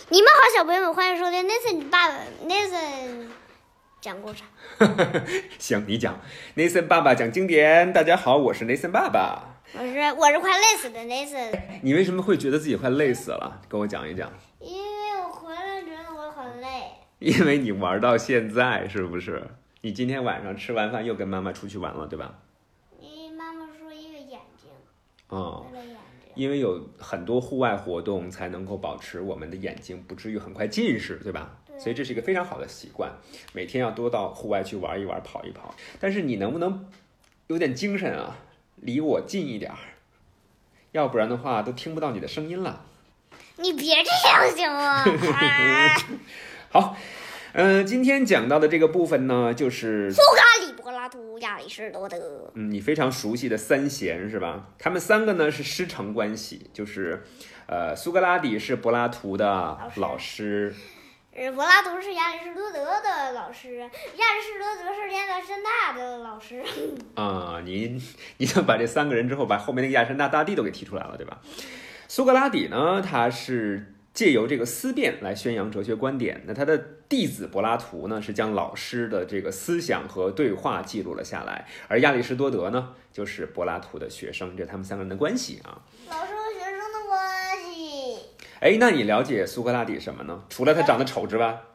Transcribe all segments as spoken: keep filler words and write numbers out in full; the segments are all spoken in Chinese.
你们好，小朋友们，欢迎收听 Nathan 爸爸 Nathan 讲故事。 行，你讲 Nathan 爸爸讲经典。大家好，我是 Nathan 爸爸。 我是我是快累死的 Nathan。 你为什么会觉得自己快累死了？跟我讲一讲。 因为我回来觉得我很累。 因为你玩到现在，是不是？你今天晚上吃完饭又跟妈妈出去玩了，对吧？ 因为妈妈说因为眼睛。 哦。 为了眼睛。 因为有很多户外活动才能够保持我们的眼睛不至于很快近视，对吧？ 对。 所以这是一个非常好的习惯，每天要多到户外去玩一玩，跑一跑。但是你能不能有点精神啊？离我近一点，要不然的话都听不到你的声音了。 你别这样行吗？啊、 好，嗯、呃，今天讲到的这个部分呢，就是苏格拉底、柏拉图、亚里士多德。 嗯，你非常熟悉的三贤是吧？他们三个呢是师承关系，就是呃，苏格拉底是柏拉图的老师。 呃，柏拉图是亚里士多德的老师，亚里士多德是亚历山大的老师。 啊、嗯，你你就把这三个人之后，把后面那个亚历山大大帝都给提出来了，对吧？苏格拉底呢，他是借由这个思辨来宣扬哲学观点。那他的弟子柏拉图呢，是将老师的这个思想和对话记录了下来，而亚里士多德呢，就是柏拉图的学生，这是他们三个人的关系啊。 老师和学生的关系。 哎，那你了解苏格拉底什么呢？除了他长得丑之外？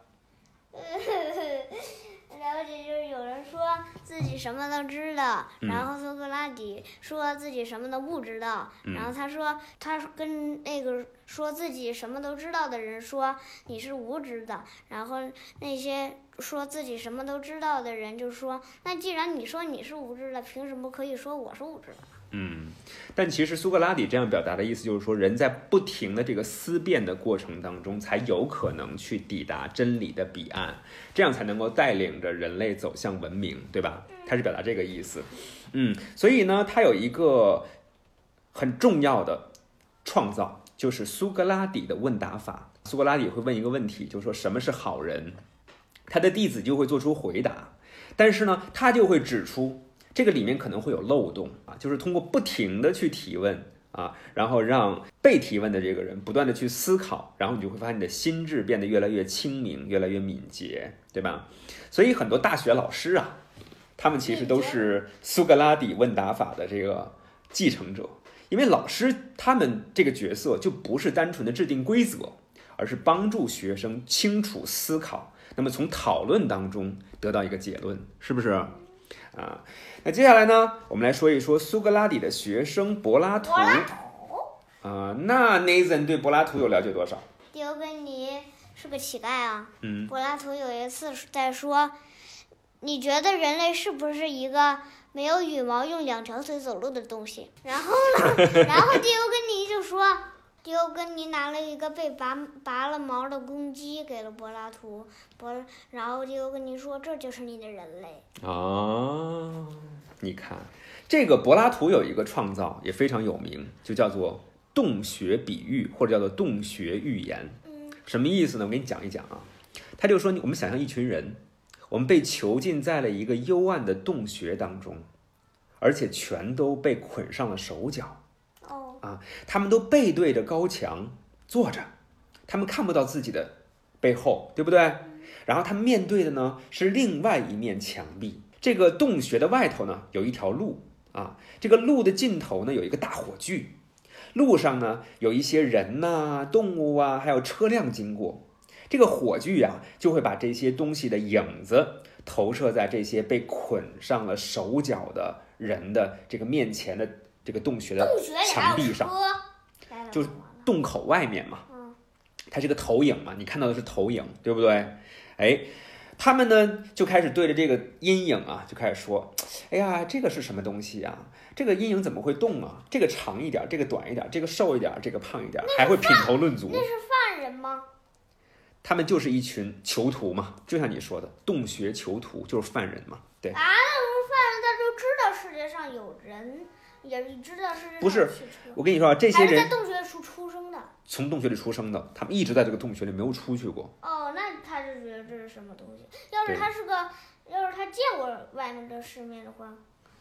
了解就是有人说自己什么都知道，嗯、然后苏格拉底说自己什么都不知道，嗯、然后他说他跟那个说自己什么都知道的人说你是无知的，然后那些说自己什么都知道的人就说那既然你说你是无知的，凭什么可以说我是无知的？ 嗯，但其实苏格拉底这样表达的意思就是说，人在不停的这个思辨的过程当中，才有可能去抵达真理的彼岸，这样才能够带领着人类走向文明，对吧？他是表达这个意思。嗯，所以呢，他有一个很重要的创造，就是苏格拉底的问答法。苏格拉底会问一个问题，就是说什么是好人？他的弟子就会做出回答，但是呢，他就会指出这个里面可能会有漏洞啊，就是通过不停的去提问啊，然后让被提问的这个人不断的去思考，然后你就会发现你的心智变得越来越清明，越来越敏捷，对吧？所以很多大学老师啊，他们其实都是苏格拉底问答法的这个继承者，因为老师他们这个角色就不是单纯的制定规则，而是帮助学生清楚思考，那么从讨论当中得到一个结论，是不是啊？那接下来呢，我们来说一说苏格拉底的学生柏拉图。 柏拉图啊，那 Nathan 对柏拉图有了解多少？ 迪欧根尼是个乞丐啊。 嗯。柏拉图有一次在说，你觉得人类是不是一个没有羽毛、用两条腿走路的东西？然后呢，然后迪欧根尼就说，迪欧根尼拿了一个被拔拔了毛的公鸡给了柏拉图，柏，然后迪欧根尼说，这就是你的人类。 啊，你看，这个柏拉图有一个创造也非常有名，就叫做洞穴比喻，或者叫做洞穴寓言。 嗯， 什么意思呢？我给你讲一讲啊。他就说，我们想象一群人，我们被囚禁在了一个幽暗的洞穴当中，而且全都被捆上了手脚。 哦， 啊，他们都背对着高墙坐着，他们看不到自己的背后，对不对？然后他们面对的呢是另外一面墙壁。这个洞穴的外头呢有一条路啊，这个路的尽头呢有一个大火炬，路上呢有一些人呐、啊、动物啊，还有车辆经过。这个火炬啊就会把这些东西的影子投射在这些被捆上了手脚的人的这个面前的这个洞穴的墙壁上，就是洞口外面嘛，它是个投影嘛，你看到的是投影，对不对？哎，他们呢就开始对着这个阴影啊，就开始说，哎呀，这个是什么东西啊？这个阴影怎么会动啊？这个长一点，这个短一点，这个瘦一点，这个胖一点，还会品头论足。 那是犯人吗？ 他们就是一群囚徒嘛，就像你说的，洞穴囚徒就是犯人嘛，对。 啊，那不是犯人，他就知道世界上有人。也知道是不是？我跟你说啊，这些人还是在洞穴里出生的， 从洞穴里出生的，他们一直在这个洞穴里，没有出去过。 哦，那他就觉得这是什么东西？要是他是个，要是他见过外面的世面的话，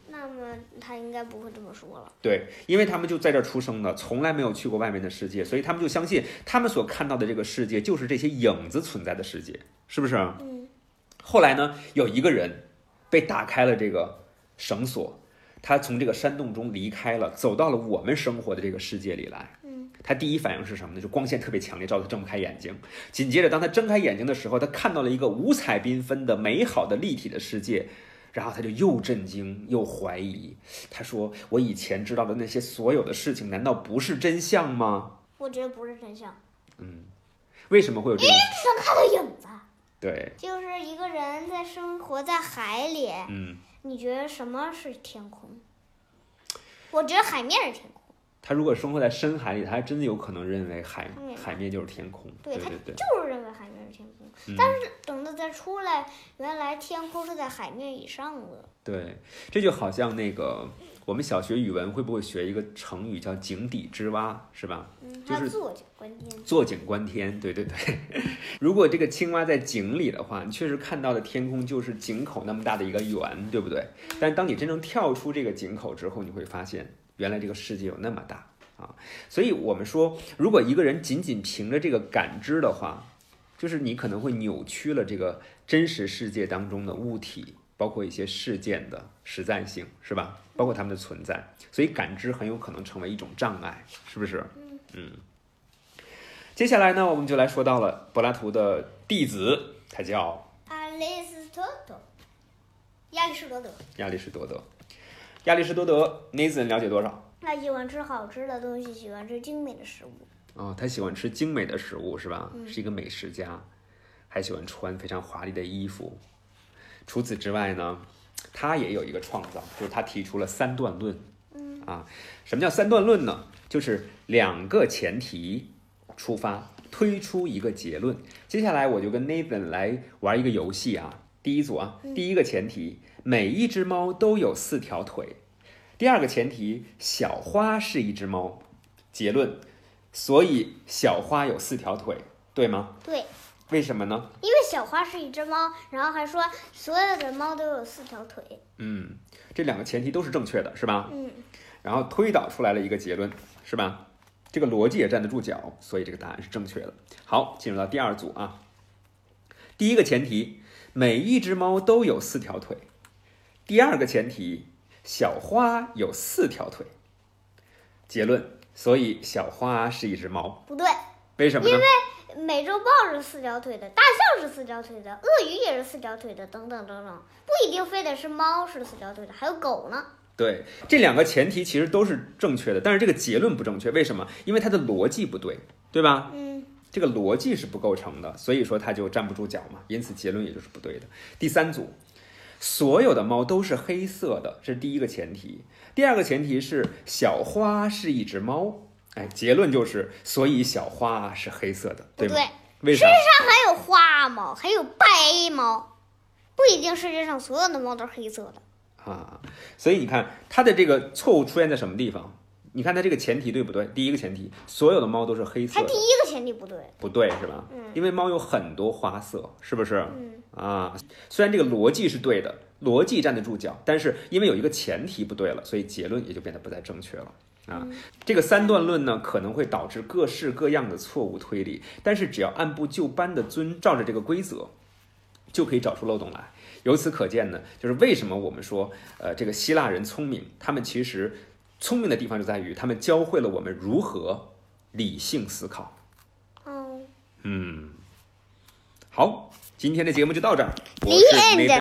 那么他应该不会这么说了。 对，因为他们就在这儿出生的，从来没有去过外面的世界，所以他们就相信他们所看到的这个世界就是这些影子存在的世界，是不是？ 嗯。 后来呢，有一个人被打开了这个绳索，他从这个山洞中离开了，走到了我们生活的这个世界里来。 嗯。 他第一反应是什么呢？就光线特别强烈，照得他睁不开眼睛。紧接着，当他睁开眼睛的时候，他看到了一个五彩缤纷的、美好的、立体的世界。然后他就又震惊又怀疑，他说：“我以前知道的那些所有的事情，难道不是真相吗？” 我觉得不是真相。 嗯，为什么会有这种？ 因为只能看到影子。 对， 就是一个人在生活在海里。 嗯， 你觉得什么是天空？我觉得海面是天空。 他如果生活在深海里，他还真的有可能认为海海面就是天空。 对， 对对对， 他就是认为海面是天空。嗯、但是等到再出来，原来天空是在海面以上的。 对，这就好像那个我们小学语文会不会学一个成语叫井底之蛙，是吧？ 嗯， 就是坐井观天。 坐井观天，对对对。如果这个青蛙在井里的话，你确实看到的天空就是井口那么大的一个圆，对不对？但当你真正跳出这个井口之后，你会发现原来这个世界有那么大啊！所以我们说，如果一个人仅仅凭着这个感知的话，就是你可能会扭曲了这个真实世界当中的物体，包括一些事件的实在性，是吧？包括它们的存在，所以感知很有可能成为一种障碍，是不是？嗯。接下来呢，我们就来说到了柏拉图的弟子，他叫亚里士多德。亚里士多德。 亚里士多德。亚里士多德 ，Nathan 了解多少？ 他喜欢吃好吃的东西，喜欢吃精美的食物。 哦，他喜欢吃精美的食物，是吧？ 嗯、 是一个美食家，还喜欢穿非常华丽的衣服。除此之外呢，他也有一个创造，就是他提出了三段论。 嗯啊，什么叫三段论呢？就是两个前提出发，推出一个结论。接下来我就跟 Nathan 来玩一个游戏啊。第一组啊，第一个前提，每一只猫都有四条腿。第二个前提，小花是一只猫。结论，所以小花有四条腿，对吗？ 对。 为什么呢？ 因为小花是一只猫，然后还说所有的猫都有四条腿。 嗯，这两个前提都是正确的，是吧？ 嗯。 然后推导出来了一个结论，是吧？这个逻辑也站得住脚，所以这个答案是正确的。好，进入到第二组啊。第一个前提，每一只猫都有四条腿。第二个前提，小花有四条腿。结论，所以小花是一只猫。 不对。 为什么呢？ 因为美洲豹是四条腿的，大象是四条腿的，鳄鱼也是四条腿的，等等等等，不一定非得是猫是四条腿的，还有狗呢。 对，这两个前提其实都是正确的，但是这个结论不正确，为什么？因为它的逻辑不对，对吧？ 嗯， 这个逻辑是不构成的，所以说它就站不住脚嘛，因此结论也就是不对的。第三组，所有的猫都是黑色的，这是第一个前提。第二个前提是小花是一只猫，哎，结论就是所以小花是黑色的，对吗？ 对， 为啥？ 世界上还有花猫，还有白猫，不一定世界上所有的猫都是黑色的。 啊，所以你看它的这个错误出现在什么地方？你看它这个前提对不对？第一个前提，所有的猫都是黑色的。 它第一个前提不对， 不对是吧？ 嗯， 因为猫有很多花色，是不是？ 嗯啊，虽然这个逻辑是对的，逻辑站得住脚，但是因为有一个前提不对了，所以结论也就变得不再正确了。啊， 嗯、 这个三段论呢，可能会导致各式各样的错误推理，但是只要按部就班的遵照着这个规则，就可以找出漏洞来。由此可见呢，就是为什么我们说，呃，这个希腊人聪明，他们其实聪明的地方就在于他们教会了我们如何理性思考。 哦， 嗯，好，今天的节目就到这儿。 The end.